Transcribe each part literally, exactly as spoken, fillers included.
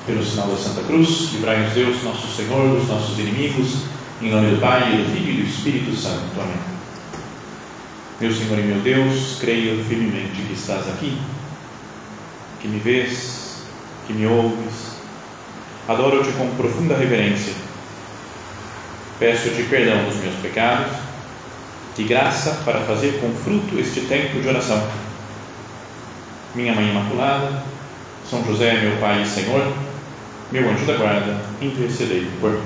Pelo sinal da Santa Cruz, livrai-nos Deus, nosso Senhor, dos nossos inimigos, em nome do Pai, do Filho e do Espírito Santo. Amém. Meu Senhor e meu Deus, creio firmemente que estás aqui, que me vês, que me ouves. Adoro-te com profunda reverência. Peço-te perdão dos meus pecados e graça para fazer com fruto este tempo de oração. Minha Mãe Imaculada, São José, meu Pai e Senhor, meu anjo da guarda, intercedei por mim.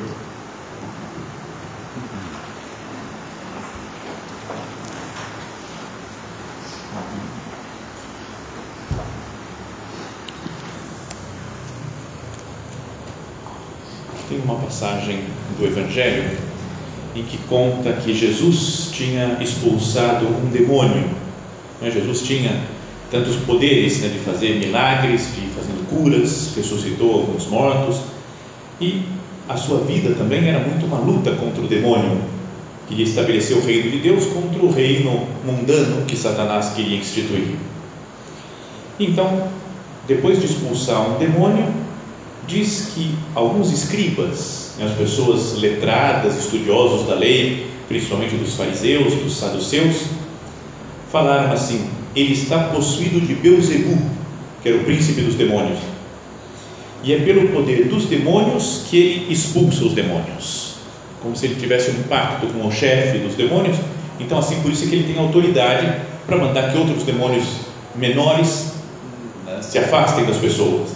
Tem uma passagem do Evangelho em que conta que Jesus tinha expulsado um demônio. Jesus tinha tantos poderes, né, de fazer milagres, de ir fazendo curas, ressuscitou alguns mortos, e a sua vida também era muito uma luta contra o demônio. Queria estabelecer o reino de Deus contra o reino mundano que Satanás queria instituir. Então, depois de expulsar um demônio, diz que alguns escribas, né, as pessoas letradas, estudiosos da lei, principalmente dos fariseus, dos saduceus, falaram assim: ele está possuído de Belzebu, que era o príncipe dos demônios, e é pelo poder dos demônios que ele expulsa os demônios, como se ele tivesse um pacto com o chefe dos demônios. Então, assim, por isso é que ele tem autoridade para mandar que outros demônios menores, né, se afastem das pessoas.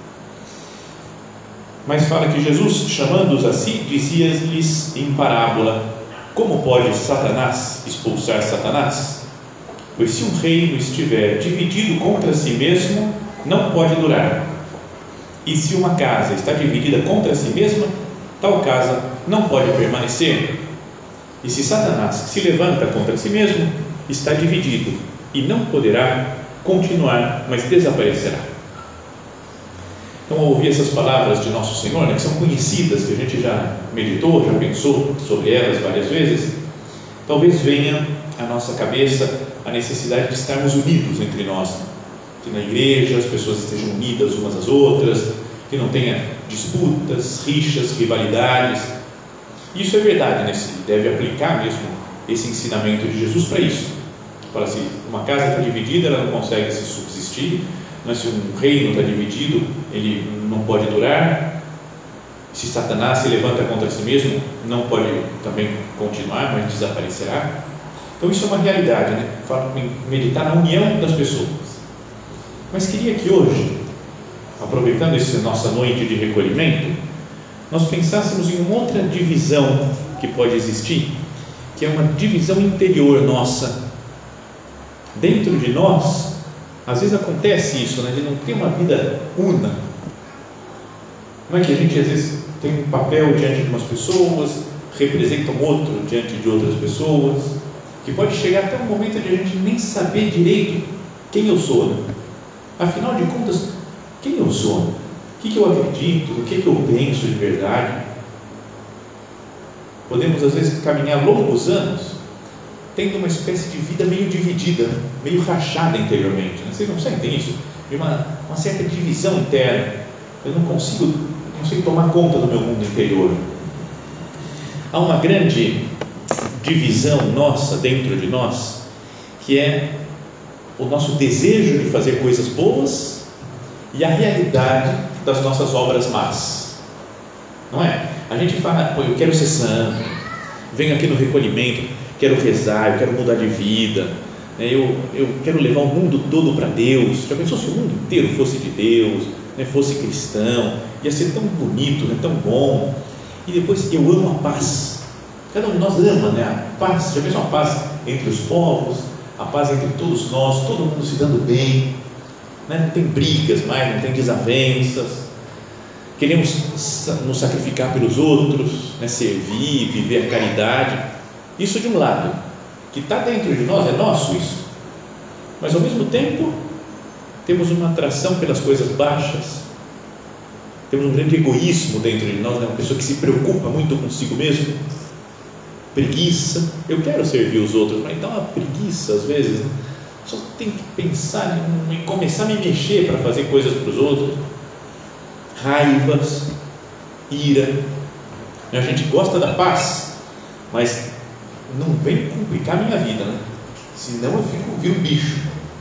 Mas fala que Jesus, chamando-os a si, dizia-lhes em parábola: como pode Satanás expulsar Satanás? Pois se um reino estiver dividido contra si mesmo, não pode durar. E se uma casa está dividida contra si mesma, tal casa não pode permanecer. E se Satanás se levanta contra si mesmo, está dividido e não poderá continuar, mas desaparecerá. Então, ao ouvir essas palavras de Nosso Senhor, né, que são conhecidas, que a gente já meditou, já pensou sobre elas várias vezes, talvez venha à nossa cabeça a necessidade de estarmos unidos entre nós, que na igreja as pessoas estejam unidas umas às outras, que não tenha disputas, rixas, rivalidades. Isso é verdade, né? Se deve aplicar mesmo esse ensinamento de Jesus para isso. Fala assim: uma casa está dividida, ela não consegue se subsistir, mas se um reino está dividido, ele não pode durar. Se Satanás se levanta contra si mesmo, não pode também continuar, mas desaparecerá. Então isso é uma realidade, né? Fala em meditar na união das pessoas. Mas queria que hoje, aproveitando essa nossa noite de recolhimento, nós pensássemos em uma outra divisão que pode existir, que é uma divisão interior nossa. Dentro de nós, às vezes acontece isso, né? De não ter uma vida una. Não é que a gente às vezes tem um papel diante de umas pessoas, representa um outro diante de outras pessoas, que pode chegar até um momento de a gente nem saber direito quem eu sou, né? Afinal de contas, quem eu sou? O que, que eu acredito? O que, que eu penso de verdade? Podemos às vezes caminhar longos anos tendo uma espécie de vida meio dividida, meio rachada interiormente, né? Vocês não sentem isso? De uma, uma certa divisão interna. Eu não consigo, não consigo tomar conta do meu mundo interior. Há uma grande divisão nossa, dentro de nós, que é o nosso desejo de fazer coisas boas e a realidade das nossas obras más, não é? A gente fala: pô, eu quero ser santo, venho aqui no recolhimento, quero rezar, eu quero mudar de vida, né? eu, eu quero levar o mundo todo para Deus. Já pensou se o mundo inteiro fosse de Deus, né? Fosse cristão? Ia ser tão bonito, né? Tão bom. E depois, eu amo a paz. Cada um de nós ama, né? A paz. Já pensou a paz entre os povos, a paz entre todos nós, todo mundo se dando bem, né? Não tem brigas mais, não tem desavenças. Queremos nos sacrificar pelos outros, né? Servir, viver a caridade. Isso de um lado, que está dentro de nós, é nosso isso. Mas ao mesmo tempo temos uma atração pelas coisas baixas, temos um grande egoísmo dentro de nós, né? Uma pessoa que se preocupa muito consigo mesmo, preguiça. Eu quero servir os outros, mas dá uma preguiça às vezes, né? Só tem que pensar em, em começar a me mexer para fazer coisas para os outros. raivas, ira. A gente gosta da paz, mas não vem complicar a minha vida, né? Senão eu fico, viro um bicho.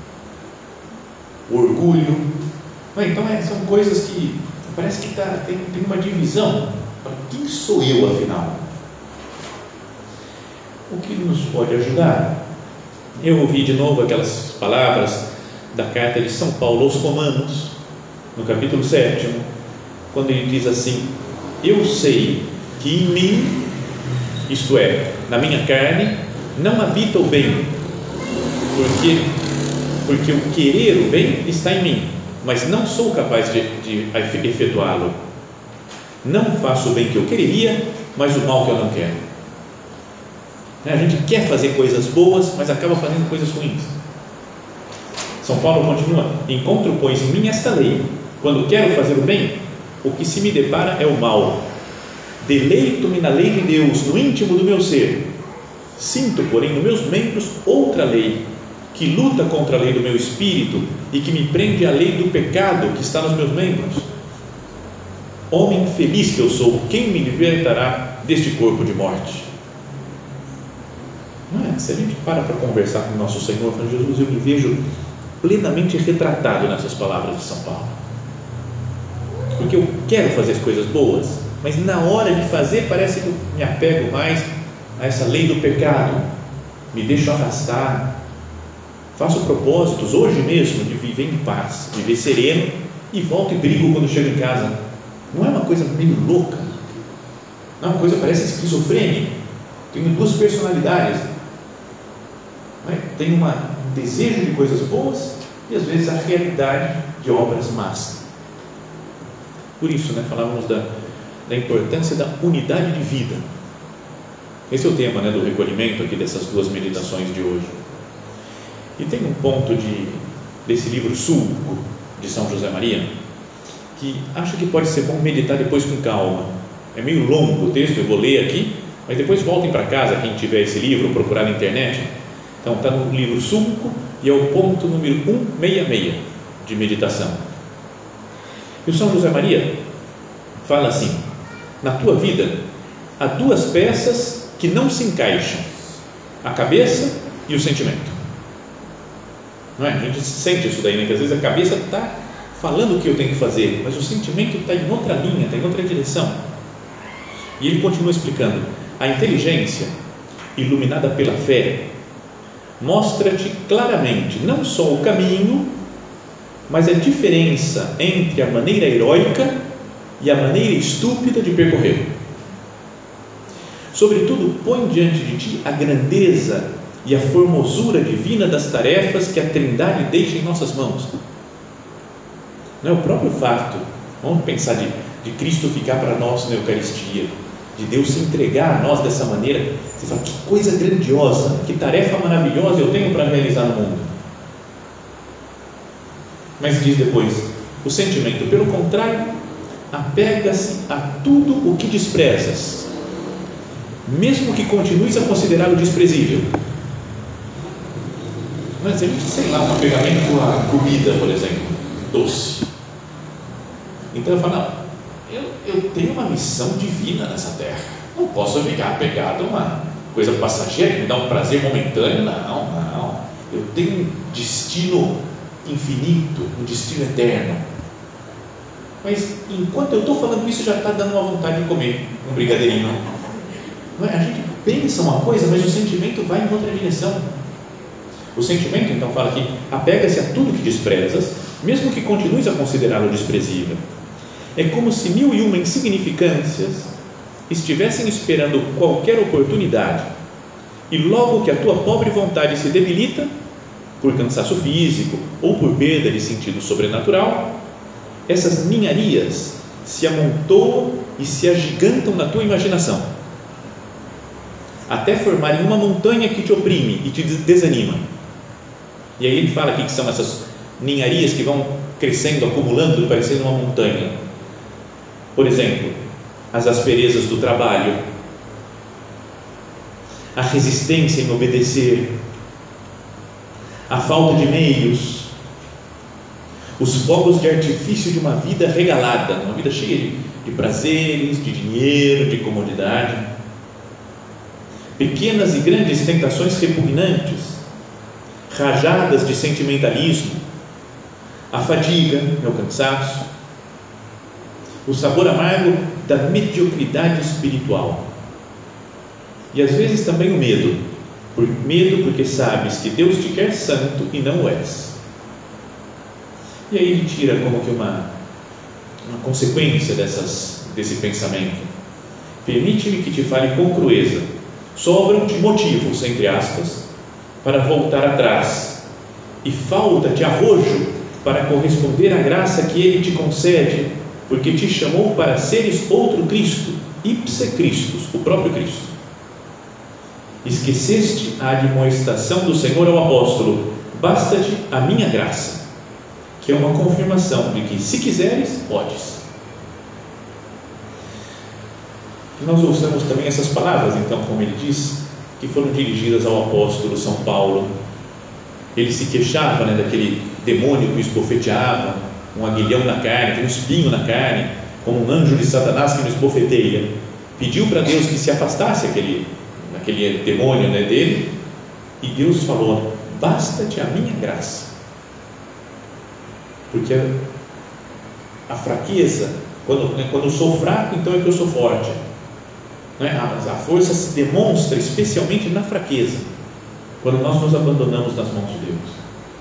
O orgulho. Então é, são coisas que parece que tá, tem, tem uma divisão. Quem sou eu, afinal? O que nos pode ajudar? Eu ouvi de novo aquelas palavras da carta de São Paulo aos Romanos, no capítulo sete, quando ele diz assim: eu sei que em mim, isto é, na minha carne, não habita o bem, porque, porque o querer o bem está em mim, mas não sou capaz de, de efetuá-lo. Não faço o bem que eu queria, mas o mal que eu não quero. A gente quer fazer coisas boas, mas acaba fazendo coisas ruins. São Paulo continua: encontro, pois, em mim esta lei: quando quero fazer o bem, o que se me depara é o mal. Deleito-me na lei de Deus, no íntimo do meu ser. Sinto, porém, nos meus membros outra lei, que luta contra a lei do meu espírito e que me prende à lei do pecado que está nos meus membros. Homem infeliz que eu sou, quem me libertará deste corpo de morte? Não é? Se a gente para para conversar com o nosso Senhor, fala: Jesus, eu me vejo plenamente retratado nessas palavras de São Paulo, porque eu quero fazer as coisas boas, mas na hora de fazer parece que eu me apego mais a essa lei do pecado, me deixo arrastar, faço propósitos hoje mesmo de viver em paz, viver sereno, e volto e brigo quando chego em casa. Não é uma coisa meio louca? Não é uma coisa, parece esquizofrênica. Tenho duas personalidades, não é? Tenho uma, um desejo de coisas boas e às vezes a realidade de obras más. Por isso, né, falávamos da, da importância da unidade de vida. Esse é o tema, né, do recolhimento aqui dessas duas meditações de hoje. E tem um ponto de, desse livro Sulco de São José Maria que acho que pode ser bom meditar depois com calma. É meio longo o texto, eu vou ler aqui, mas depois voltem para casa, quem tiver esse livro, procurar na internet. Então está no livro Sulco e é o ponto número cento e sessenta e seis de meditação. E o São José Maria fala assim: na tua vida há duas peças que não se encaixam, a cabeça e o sentimento. Não é? A gente sente isso daí, né? Que às vezes a cabeça está falando o que eu tenho que fazer, mas o sentimento está em outra linha, está em outra direção. E ele continua explicando: a inteligência, iluminada pela fé, mostra-te claramente não só o caminho, mas a diferença entre a maneira heróica e a maneira estúpida de percorrer. Sobretudo, põe diante de ti a grandeza e a formosura divina das tarefas que a Trindade deixa em nossas mãos. Não é o próprio fato, vamos pensar de, de Cristo ficar para nós na Eucaristia, de Deus se entregar a nós dessa maneira. Você fala: que coisa grandiosa, que tarefa maravilhosa eu tenho para realizar no mundo. Mas diz depois: o sentimento, pelo contrário, apega-se a tudo o que desprezas, mesmo que continues a considerá-lo desprezível. Mas se a gente, sei lá, um apegamento à comida, por exemplo, doce, então eu falo: não, eu, eu tenho uma missão divina nessa terra, não posso ficar apegado a uma coisa passageira que me dá um prazer momentâneo. Não, não, eu tenho um destino infinito, um destino eterno. Mas enquanto eu estou falando isso, já está dando uma vontade de comer um brigadeirinho. Não é? A gente pensa uma coisa, mas o sentimento vai em outra direção. O sentimento, então, fala que apega-se a tudo que desprezas, mesmo que continues a considerá-lo desprezível. É como se mil e uma insignificâncias estivessem esperando qualquer oportunidade, e logo que a tua pobre vontade se debilita, por cansaço físico ou por perda de sentido sobrenatural, essas ninharias se amontoam e se agigantam na tua imaginação, até formarem uma montanha que te oprime e te desanima. E aí ele fala aqui que são essas ninharias que vão crescendo, acumulando, parecendo uma montanha. Por exemplo, as asperezas do trabalho, a resistência em obedecer, a falta de meios, os fogos de artifício de uma vida regalada, uma vida cheia de, de prazeres, de dinheiro, de comodidade, pequenas e grandes tentações repugnantes, rajadas de sentimentalismo, a fadiga, o cansaço, o sabor amargo da mediocridade espiritual e às vezes também o medo, por medo porque sabes que Deus te quer santo e não o és. E aí ele tira como que uma, uma consequência dessas, desse pensamento. Permite-me que te fale com crueza. Sobram-te motivos, entre aspas, para voltar atrás, e falta-te arrojo para corresponder à graça que Ele te concede, porque te chamou para seres outro Cristo, ipse Christus, o próprio Cristo. Esqueceste a admoestação do Senhor ao apóstolo: basta-te a minha graça, que é uma confirmação de que, se quiseres, podes. Que nós ouçamos também essas palavras, então, como ele diz, que foram dirigidas ao apóstolo São Paulo. Ele se queixava, né, daquele demônio que o esbofeteava, um aguilhão na carne, um espinho na carne, como um anjo de Satanás que o esbofeteia. Pediu para Deus que se afastasse aquele, aquele demônio, né, dele, e Deus falou: basta-te a minha graça, porque a, a fraqueza, quando, né, quando eu sou fraco, então é que eu sou forte. A força se demonstra especialmente na fraqueza, quando nós nos abandonamos nas mãos de Deus.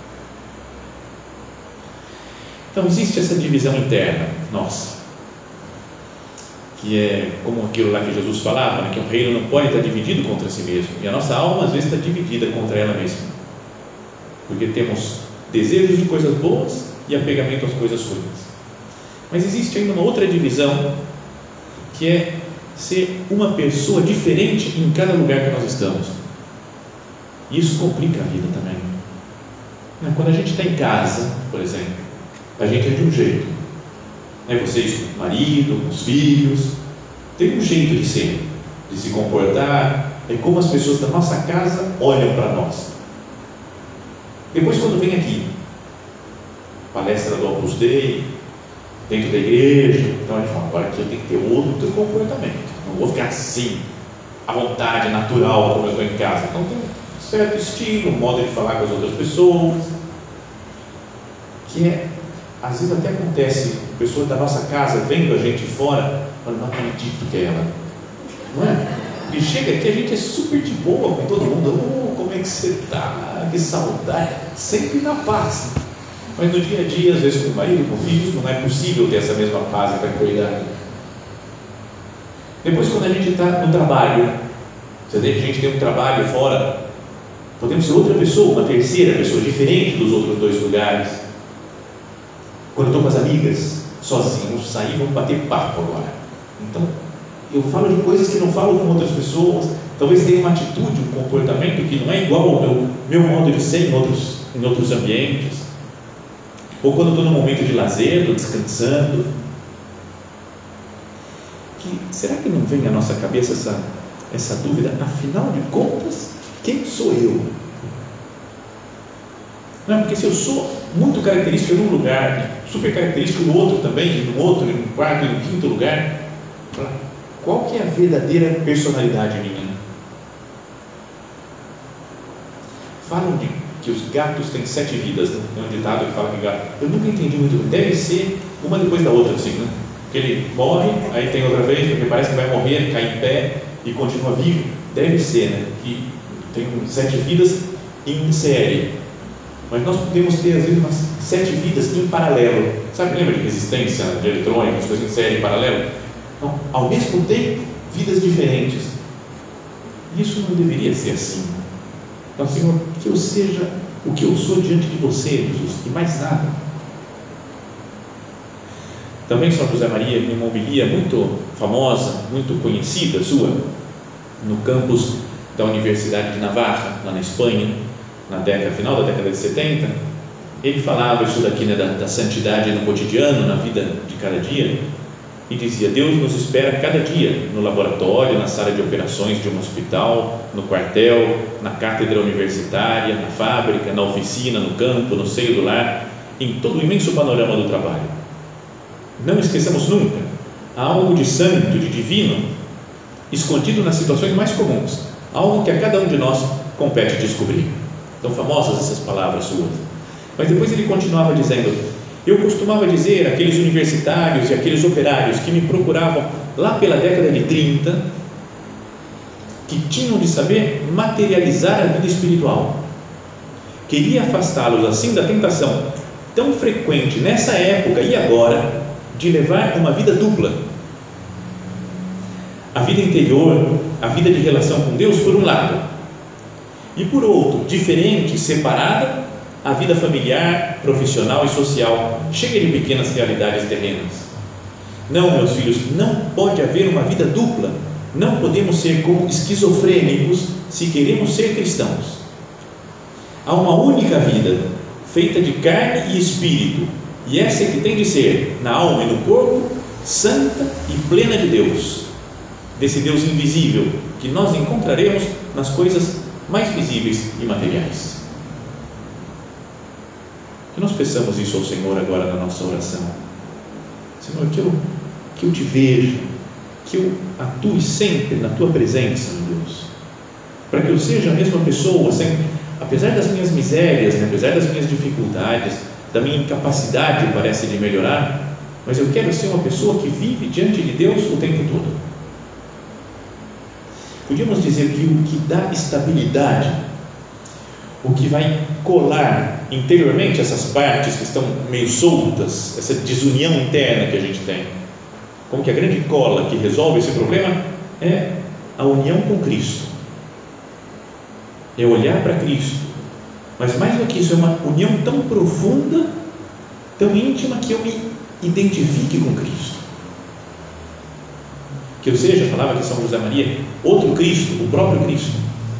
Então existe essa divisão interna nossa, que é como aquilo lá que Jesus falava, né, que o reino não pode estar dividido contra si mesmo, e a nossa alma às vezes está dividida contra ela mesma, porque temos desejos de coisas boas e apegamento às coisas ruins. Mas existe ainda uma outra divisão, que é ser uma pessoa diferente em cada lugar que nós estamos. E isso complica a vida também. Quando a gente está em casa, por exemplo, a gente é de um jeito, vocês com o marido, com os filhos, tem um jeito de ser, de se comportar, é como as pessoas da nossa casa olham para nós. Depois, quando vem aqui, palestra do Opus Dei, dentro da igreja, então a gente fala: agora aqui eu tenho que ter outro comportamento, não vou ficar assim, à vontade, natural, como eu estou em casa. Então tem um certo estilo, um modo de falar com as outras pessoas, que é, às vezes até acontece, pessoas da nossa casa vendo a gente fora, falando: não acredito que é ela, não é? Porque chega aqui, a gente é super de boa com todo mundo: oh, como é que você está, que saudade, sempre na paz. Mas no dia a dia, às vezes com o marido, com filhos, não é possível ter essa mesma paz e tranquilidade. Depois, quando a gente está no trabalho, se a gente tem um trabalho fora, podemos ser outra pessoa, uma terceira pessoa, diferente dos outros dois lugares. Quando eu estou com as amigas, sozinho, vamos sair, vamos bater papo agora. Então, eu falo de coisas que não falo com outras pessoas, talvez tenha uma atitude, um comportamento que não é igual ao meu, meu modo de ser em outros, em outros ambientes. Ou quando eu estou num momento de lazer, estou descansando, que, será que não vem à nossa cabeça essa, essa dúvida? Afinal de contas, quem sou eu? Não é? Porque se eu sou muito característico num lugar, super característico no outro também, e no outro, e no quarto, e no quinto lugar, qual que é a verdadeira personalidade minha? Falam de que os gatos têm sete vidas, né? Tem um ditado que fala que gato, eu nunca entendi muito bem, deve ser uma depois da outra, assim, né? Que ele morre, aí tem outra vez, porque parece que vai morrer, cai em pé e continua vivo. Deve ser, né? Que tem sete vidas em série, mas nós podemos ter às vezes umas sete vidas em paralelo. Sabe, lembra de resistência de eletrônicos, coisas em série, em paralelo? Então, ao mesmo tempo, vidas diferentes. Isso não deveria ser assim. Então, Senhor, que eu seja o que eu sou diante de você, Jesus, e mais nada. Também São José Maria, em uma homilia muito famosa, muito conhecida sua, no campus da Universidade de Navarra, lá na Espanha, na década, final da década de setenta, ele falava isso daqui, né, da, da santidade no cotidiano, na vida de cada dia, e dizia: Deus nos espera cada dia, no laboratório, na sala de operações de um hospital, no quartel, na cátedra universitária, na fábrica, na oficina, no campo, no seio do lar. em todo o imenso panorama do trabalho. Não esqueçamos nunca, há algo de santo, de divino, escondido nas situações mais comuns, algo que a cada um de nós compete descobrir. São famosas essas palavras suas. Mas depois ele continuava dizendo: eu costumava dizer àqueles universitários e àqueles operários que me procuravam lá pela década de trinta, que tinham de saber materializar a vida espiritual. Queria afastá-los assim da tentação tão frequente nessa época e agora de levar uma vida dupla. A vida interior, a vida de relação com Deus por um lado, e por outro, diferente, separada, a vida familiar, profissional e social, cheia de pequenas realidades terrenas. Não, meus filhos, não pode haver uma vida dupla. Não podemos ser como esquizofrênicos se queremos ser cristãos. Há uma única vida, feita de carne e espírito, e essa é que tem de ser, na alma e no corpo, santa e plena de Deus, desse Deus invisível que nós encontraremos nas coisas mais visíveis e materiais. Que nós peçamos isso ao Senhor agora na nossa oração. Senhor, que eu, que eu te veja, que eu atue sempre na tua presença, meu Deus, para que eu seja a mesma pessoa sempre, apesar das minhas misérias, né, apesar das minhas dificuldades, da minha incapacidade, parece, de melhorar, mas eu quero ser uma pessoa que vive diante de Deus o tempo todo. Podíamos dizer que o que dá estabilidade, o que vai colar interiormente essas partes que estão meio soltas, essa desunião interna que a gente tem, como que a grande cola que resolve esse problema é a união com Cristo, é olhar para Cristo, mas mais do que isso, é uma união tão profunda, tão íntima, que eu me identifique com Cristo, que eu seja, falava que São José Maria, outro Cristo, o próprio Cristo.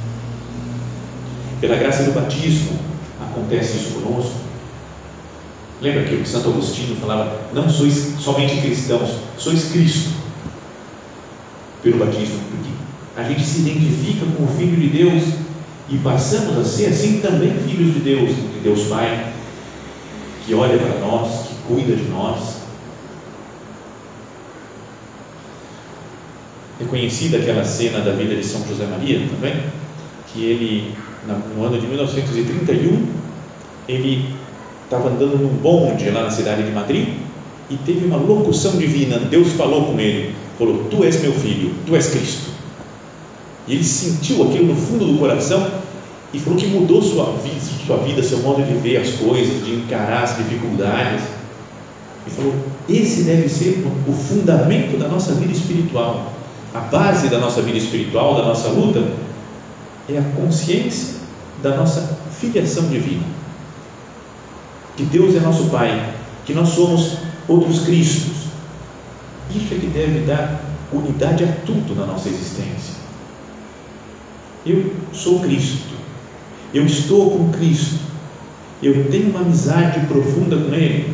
Pela graça do batismo acontece isso conosco. Lembra que o que Santo Agostinho falava: não sois somente cristãos, sois Cristo, pelo batismo, porque a gente se identifica com o Filho de Deus e passamos a ser assim também filhos de Deus, de Deus Pai, que olha para nós, que cuida de nós. É conhecida aquela cena da vida de São José Maria também, que ele, no ano de mil novecentos e trinta e um, ele estava andando num bonde lá na cidade de Madrid e teve uma locução divina. Deus falou com ele, falou: tu és meu filho, tu és Cristo. E ele sentiu aquilo no fundo do coração e falou que mudou sua vida, sua vida, seu modo de ver as coisas, de encarar as dificuldades, e falou: esse deve ser o fundamento da nossa vida espiritual, a base da nossa vida espiritual, da nossa luta, é a consciência da nossa filiação divina, que Deus é nosso Pai, que nós somos outros Cristos. Isso é que deve dar unidade a tudo na nossa existência. Eu sou Cristo, eu estou com Cristo, eu tenho uma amizade profunda com Ele.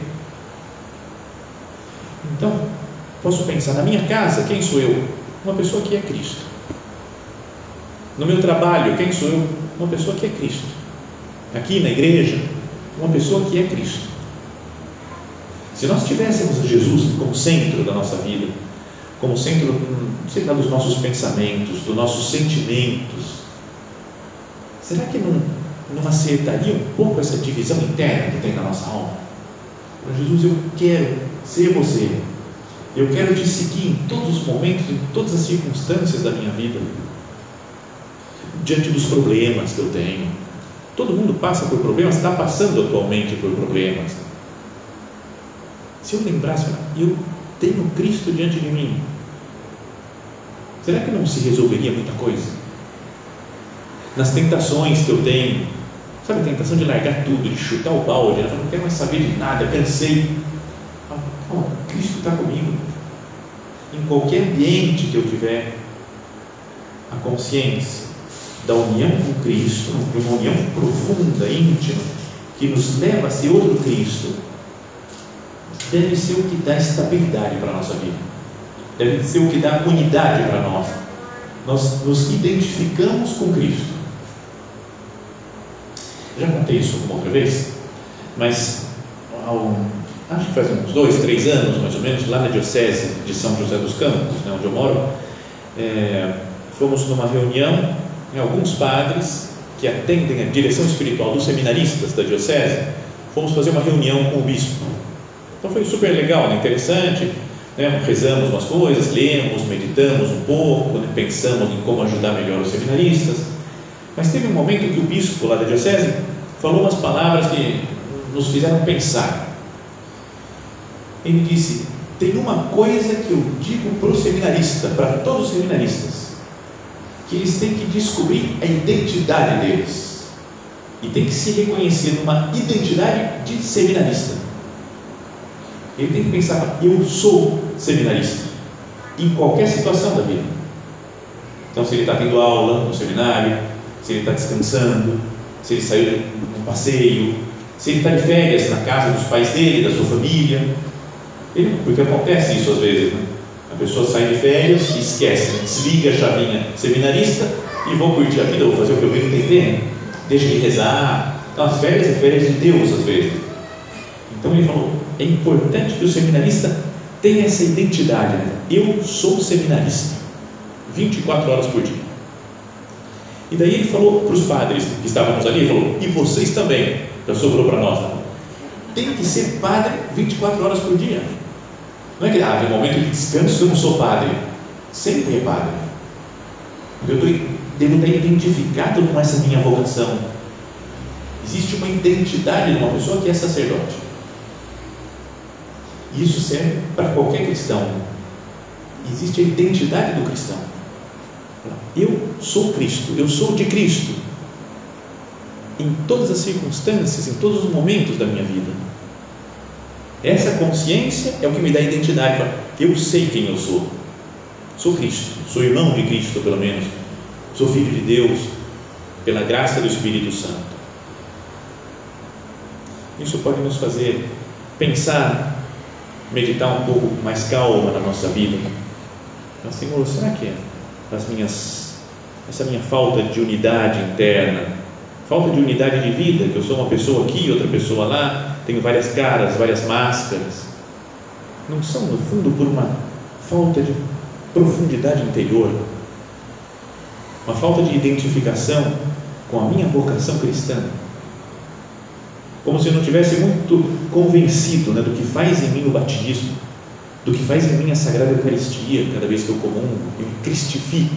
Então, posso pensar, na minha casa, quem sou eu? Uma pessoa que é Cristo. No meu trabalho, quem sou eu? Uma pessoa que é Cristo. Aqui na igreja, uma pessoa que é Cristo. Se nós tivéssemos Jesus como centro da nossa vida, como centro, sei lá, dos nossos pensamentos, dos nossos sentimentos, será que não, não acertaria um pouco essa divisão interna que tem na nossa alma? Para Jesus, eu quero ser você, eu quero te seguir em todos os momentos, em todas as circunstâncias da minha vida, diante dos problemas que eu tenho. Todo mundo passa por problemas, está passando atualmente por problemas. Se eu lembrasse, eu tenho Cristo diante de mim, será que não se resolveria muita coisa? Nas tentações que eu tenho, sabe, a tentação de largar tudo, de chutar o balde, eu não quero mais saber de nada, cansei. Oh, Cristo está comigo. Em qualquer ambiente que eu tiver, a consciência da união com Cristo, de uma união profunda, íntima, que nos leva a ser outro Cristo, deve ser o que dá estabilidade para a nossa vida, deve ser o que dá unidade para nós. Nós nos identificamos com Cristo. Já contei isso alguma outra vez, mas ao, acho que faz uns dois, três anos mais ou menos, lá na Diocese de São José dos Campos, né, onde eu moro, é, fomos numa reunião, né, alguns padres que atendem a direção espiritual dos seminaristas da Diocese, fomos fazer uma reunião com o bispo. Então foi super legal, né, interessante, né, rezamos umas coisas, lemos, meditamos um pouco, né, pensamos em como ajudar melhor os seminaristas, mas teve um momento que o bispo lá da Diocese falou umas palavras que nos fizeram pensar. Ele disse: tem uma coisa que eu digo para o seminarista, para todos os seminaristas, que eles têm que descobrir a identidade deles e tem que se reconhecer numa identidade de seminarista. Ele tem que pensar: eu sou seminarista em qualquer situação da vida. Então, se ele está tendo aula no seminário, se ele está descansando, se ele saiu de um passeio, se ele está de férias na casa dos pais dele, da sua família. Ele, porque acontece isso às vezes, né? A pessoa sai de férias e esquece, né? Desliga a chavinha seminarista e vou curtir a vida, vou fazer o que eu bem entender, deixa de rezar. Então, as férias é férias de Deus às vezes. Então ele falou: é importante que o seminarista tenha essa identidade, né? Eu sou seminarista, vinte e quatro horas por dia. E daí ele falou para os padres que estávamos ali, ele falou: e vocês também, já sobrou para nós, né? Tem que ser padre vinte e quatro horas por dia. Não é que, ah, tem um momento de descanso, eu não sou padre. Sempre é padre. Eu tô, devo estar identificado com essa minha vocação. Existe uma identidade de uma pessoa que é sacerdote. E isso serve para qualquer cristão. Existe a identidade do cristão. Eu sou Cristo, eu sou de Cristo. Em todas as circunstâncias, em todos os momentos da minha vida. Essa consciência é o que me dá identidade. Eu sei quem eu sou. Sou Cristo, sou irmão de Cristo, pelo menos. Sou filho de Deus, pela graça do Espírito Santo. Isso pode nos fazer pensar, meditar um pouco com mais calma na nossa vida. Mas, Senhor, será que as minhas, essa minha falta de unidade interna, falta de unidade de vida, que eu sou uma pessoa aqui, outra pessoa lá, tenho várias caras, várias máscaras, não são, no fundo, por uma falta de profundidade interior, uma falta de identificação com a minha vocação cristã, como se eu não tivesse muito convencido, né, do que faz em mim o batismo, do que faz em mim a Sagrada Eucaristia, cada vez que eu comungo, e me cristifica.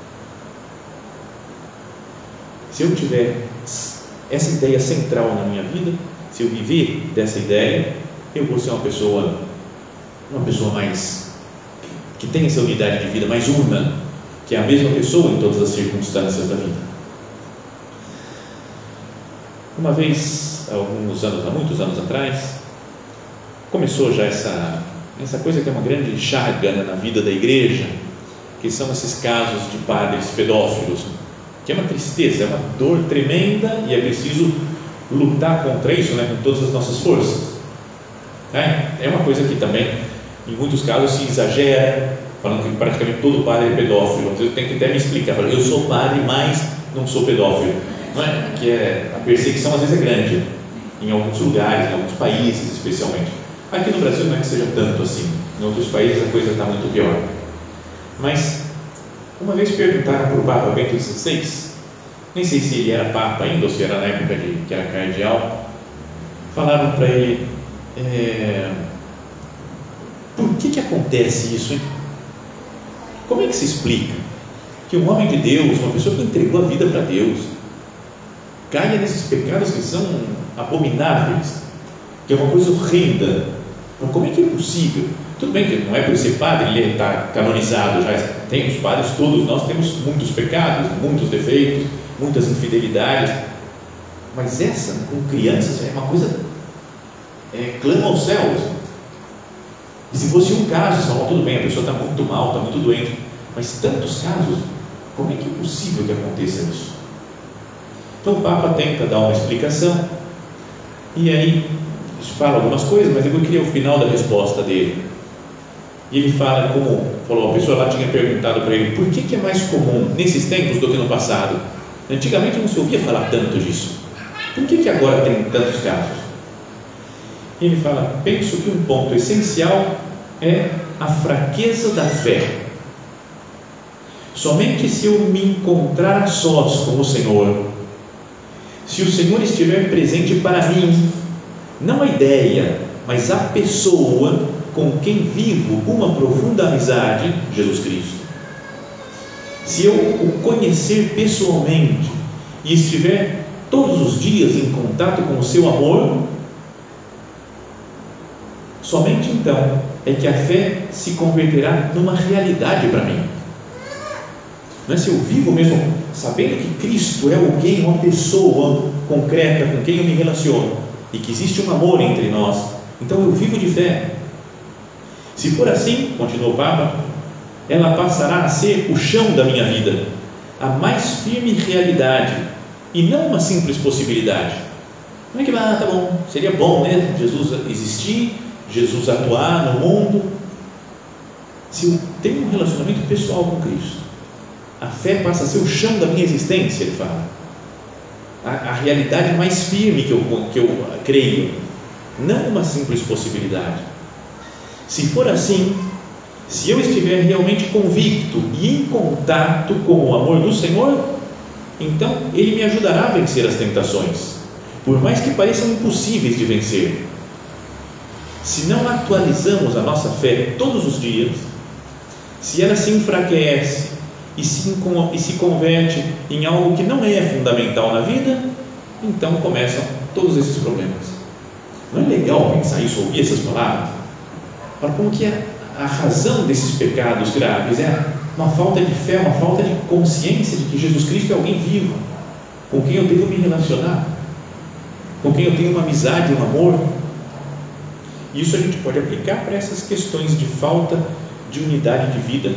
Se eu tiver essa ideia central na minha vida, se eu viver dessa ideia, eu vou ser uma pessoa, uma pessoa mais, que tem essa unidade de vida, mais una, que é a mesma pessoa em todas as circunstâncias da vida. Uma vez, há alguns anos, há muitos anos atrás, começou já essa, essa coisa que é uma grande chaga, né, na vida da igreja, que são esses casos de padres pedófilos, que é uma tristeza, é uma dor tremenda e é preciso lutar contra isso, né, com todas as nossas forças. É uma coisa que também, em muitos casos, se exagera, falando que praticamente todo padre é pedófilo. Eu tenho que até me explicar, eu sou padre, mas não sou pedófilo. Não é? Que é, a perseguição às vezes é grande, em alguns lugares, em alguns países especialmente. Aqui no Brasil não é que seja tanto assim, em outros países a coisa está muito pior. Mas, uma vez perguntaram para o Papa Bento dezesseis, nem sei se ele era Papa ainda, ou se era na época de, que era cardeal, falaram para ele, é, por que que acontece isso, hein? Como é que se explica que um homem de Deus, uma pessoa que entregou a vida para Deus, caia nesses pecados que são abomináveis, que é uma coisa horrenda? Mas como é que é possível? Tudo bem que não é por ser padre, ele está canonizado já, tem os padres, todos nós temos muitos pecados, muitos defeitos, muitas infidelidades, mas essa, com crianças, é uma coisa, é, clama aos céus. E se fosse um caso, você fala, tudo bem, a pessoa está muito mal, está muito doente, mas tantos casos, como é que é possível que aconteça isso? Então o Papa tenta dar uma explicação, e aí fala algumas coisas, mas eu queria o final da resposta dele. E ele fala como, falou, a pessoa lá tinha perguntado para ele, por que que é mais comum nesses tempos do que no passado? Antigamente não se ouvia falar tanto disso. Por que que agora tem tantos casos? ele fala: penso que um ponto essencial é a fraqueza da fé. Somente se eu me encontrar a sós com o Senhor, se o Senhor estiver presente para mim, não a ideia, mas a pessoa com quem vivo uma profunda amizade, Jesus Cristo, se eu o conhecer pessoalmente e estiver todos os dias em contato com o seu amor, somente então é que a fé se converterá numa realidade para mim. Não é se eu vivo mesmo sabendo que Cristo é alguém, uma pessoa concreta com quem eu me relaciono e que existe um amor entre nós, então eu vivo de fé. Se for assim, continua o Papa, ela passará a ser o chão da minha vida, a mais firme realidade e não uma simples possibilidade. Não é que, ah, tá bom, seria bom mesmo Jesus existir, Jesus atuar no mundo. Se eu tenho um relacionamento pessoal com Cristo, a fé passa a ser o chão da minha existência, ele fala, a, a realidade mais firme que eu, que eu creio, não uma simples possibilidade. Se for assim, se eu estiver realmente convicto e em contato com o amor do Senhor, então Ele me ajudará a vencer as tentações, por mais que pareçam impossíveis de vencer. Se não atualizamos a nossa fé todos os dias, se ela se enfraquece e se, e se converte em algo que não é fundamental na vida, então começam todos esses problemas. Não é legal pensar isso, ouvir essas palavras? Para como que é a razão desses pecados graves? É uma falta de fé, uma falta de consciência de que Jesus Cristo é alguém vivo, com quem eu devo me relacionar, com quem eu tenho uma amizade, um amor. Isso a gente pode aplicar para essas questões de falta de unidade de vida.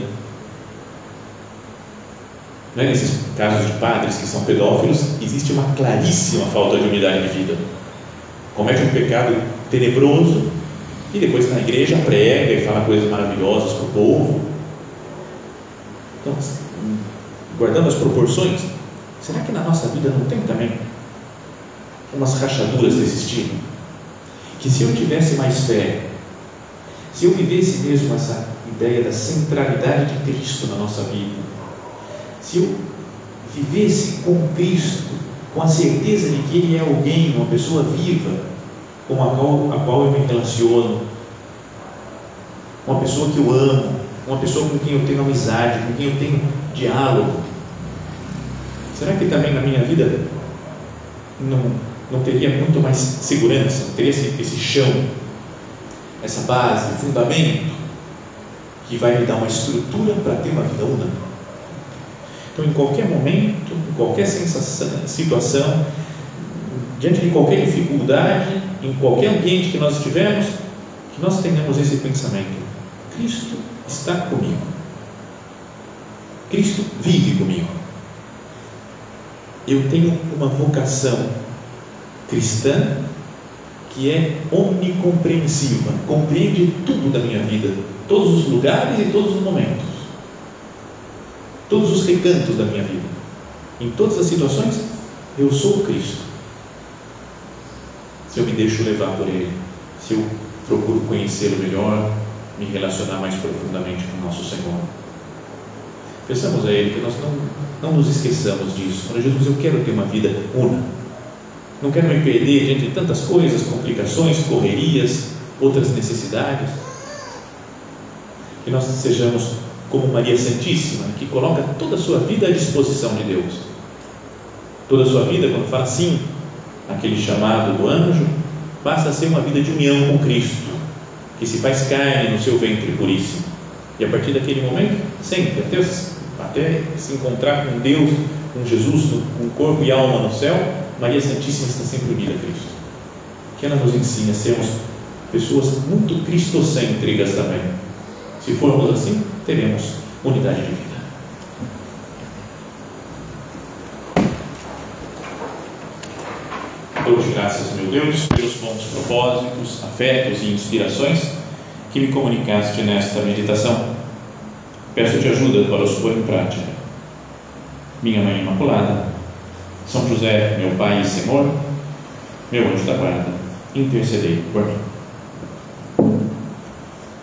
Não é? Nesses casos de padres que são pedófilos, existe uma claríssima falta de unidade de vida. Comete um pecado tenebroso e depois na igreja prega e fala coisas maravilhosas para o povo. Então, guardando as proporções, será que na nossa vida não tem também umas rachaduras desse estilo? Que se eu tivesse mais fé, se eu vivesse mesmo essa ideia da centralidade de Cristo na nossa vida, se eu vivesse com Cristo, com a certeza de que Ele é alguém, uma pessoa viva, com a qual, a qual eu me relaciono, uma pessoa que eu amo, uma pessoa com quem eu tenho amizade, com quem eu tenho diálogo, será que também na minha vida não, não teria muito mais segurança, não teria esse, esse chão, essa base, fundamento, que vai me dar uma estrutura para ter uma vida una? Então, em qualquer momento, em qualquer sensação, situação, diante de qualquer dificuldade, em qualquer ambiente que nós estivermos, que nós tenhamos esse pensamento: Cristo está comigo, Cristo vive comigo, eu tenho uma vocação cristã que é omnicompreensiva, compreende tudo da minha vida, todos os lugares e todos os momentos, todos os recantos da minha vida, em todas as situações. Eu sou Cristo, se eu me deixo levar por Ele, se eu procuro conhecê-lo melhor, me relacionar mais profundamente com o nosso Senhor. Peçamos a Ele que nós não, não nos esqueçamos disso. Para Jesus, eu quero ter uma vida una, não quero me perder diante de tantas coisas, complicações, correrias, outras necessidades. Que nós sejamos como Maria Santíssima, que coloca toda a sua vida à disposição de Deus. Toda a sua vida, quando fala sim aquele chamado do anjo, passa a ser uma vida de união com Cristo, que se faz carne no seu ventre puríssimo. E a partir daquele momento, sempre, até, até se encontrar com Deus, com Jesus, com corpo e alma no céu, Maria Santíssima está sempre unida a Cristo. Que ela nos ensine a sermos pessoas muito cristocêntricas também. Se formos assim, teremos unidade de vida. Dou-te graças, meu Deus, pelos bons propósitos, afetos e inspirações que me comunicaste nesta meditação. Peço-te ajuda para os pôr em prática. Minha Mãe Imaculada, São José, meu Pai e Senhor, meu anjo da guarda, intercedei por mim.